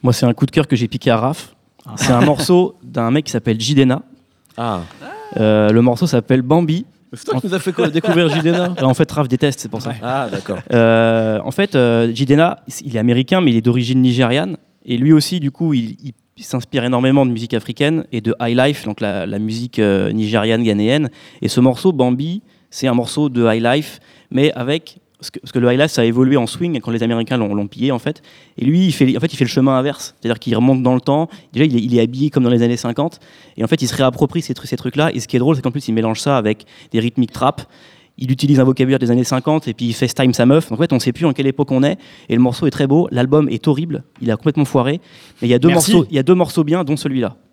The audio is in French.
Moi, c'est un coup de cœur que j'ai piqué à Raph. C'est un morceau d'un mec qui s'appelle Jidena. Le morceau s'appelle Bambi. C'est toi qui nous as fait découvrir Jidena. En fait, Raph déteste, c'est pour ça. Ah, d'accord. En fait, Jidena, il est américain, mais il est d'origine nigériane. Et lui aussi, du coup, il s'inspire énormément de musique africaine et de high life, donc la musique nigériane, ghanéenne. Et ce morceau, Bambi, c'est un morceau de high life, mais avec... Parce que le high life, ça a évolué en swing quand les Américains l'ont pillé, en fait. Et lui, il fait le chemin inverse. C'est-à-dire qu'il remonte dans le temps. Déjà, il est habillé comme dans les années 50. Et en fait, il se réapproprie ces trucs-là. Et ce qui est drôle, c'est qu'en plus, il mélange ça avec des rythmiques trap. Il utilise un vocabulaire des années 50 et puis il FaceTime sa meuf. Donc en fait, on ne sait plus en quelle époque on est. Et le morceau est très beau. L'album est horrible. Il a complètement foiré. Mais il y a deux morceaux bien, dont celui-là.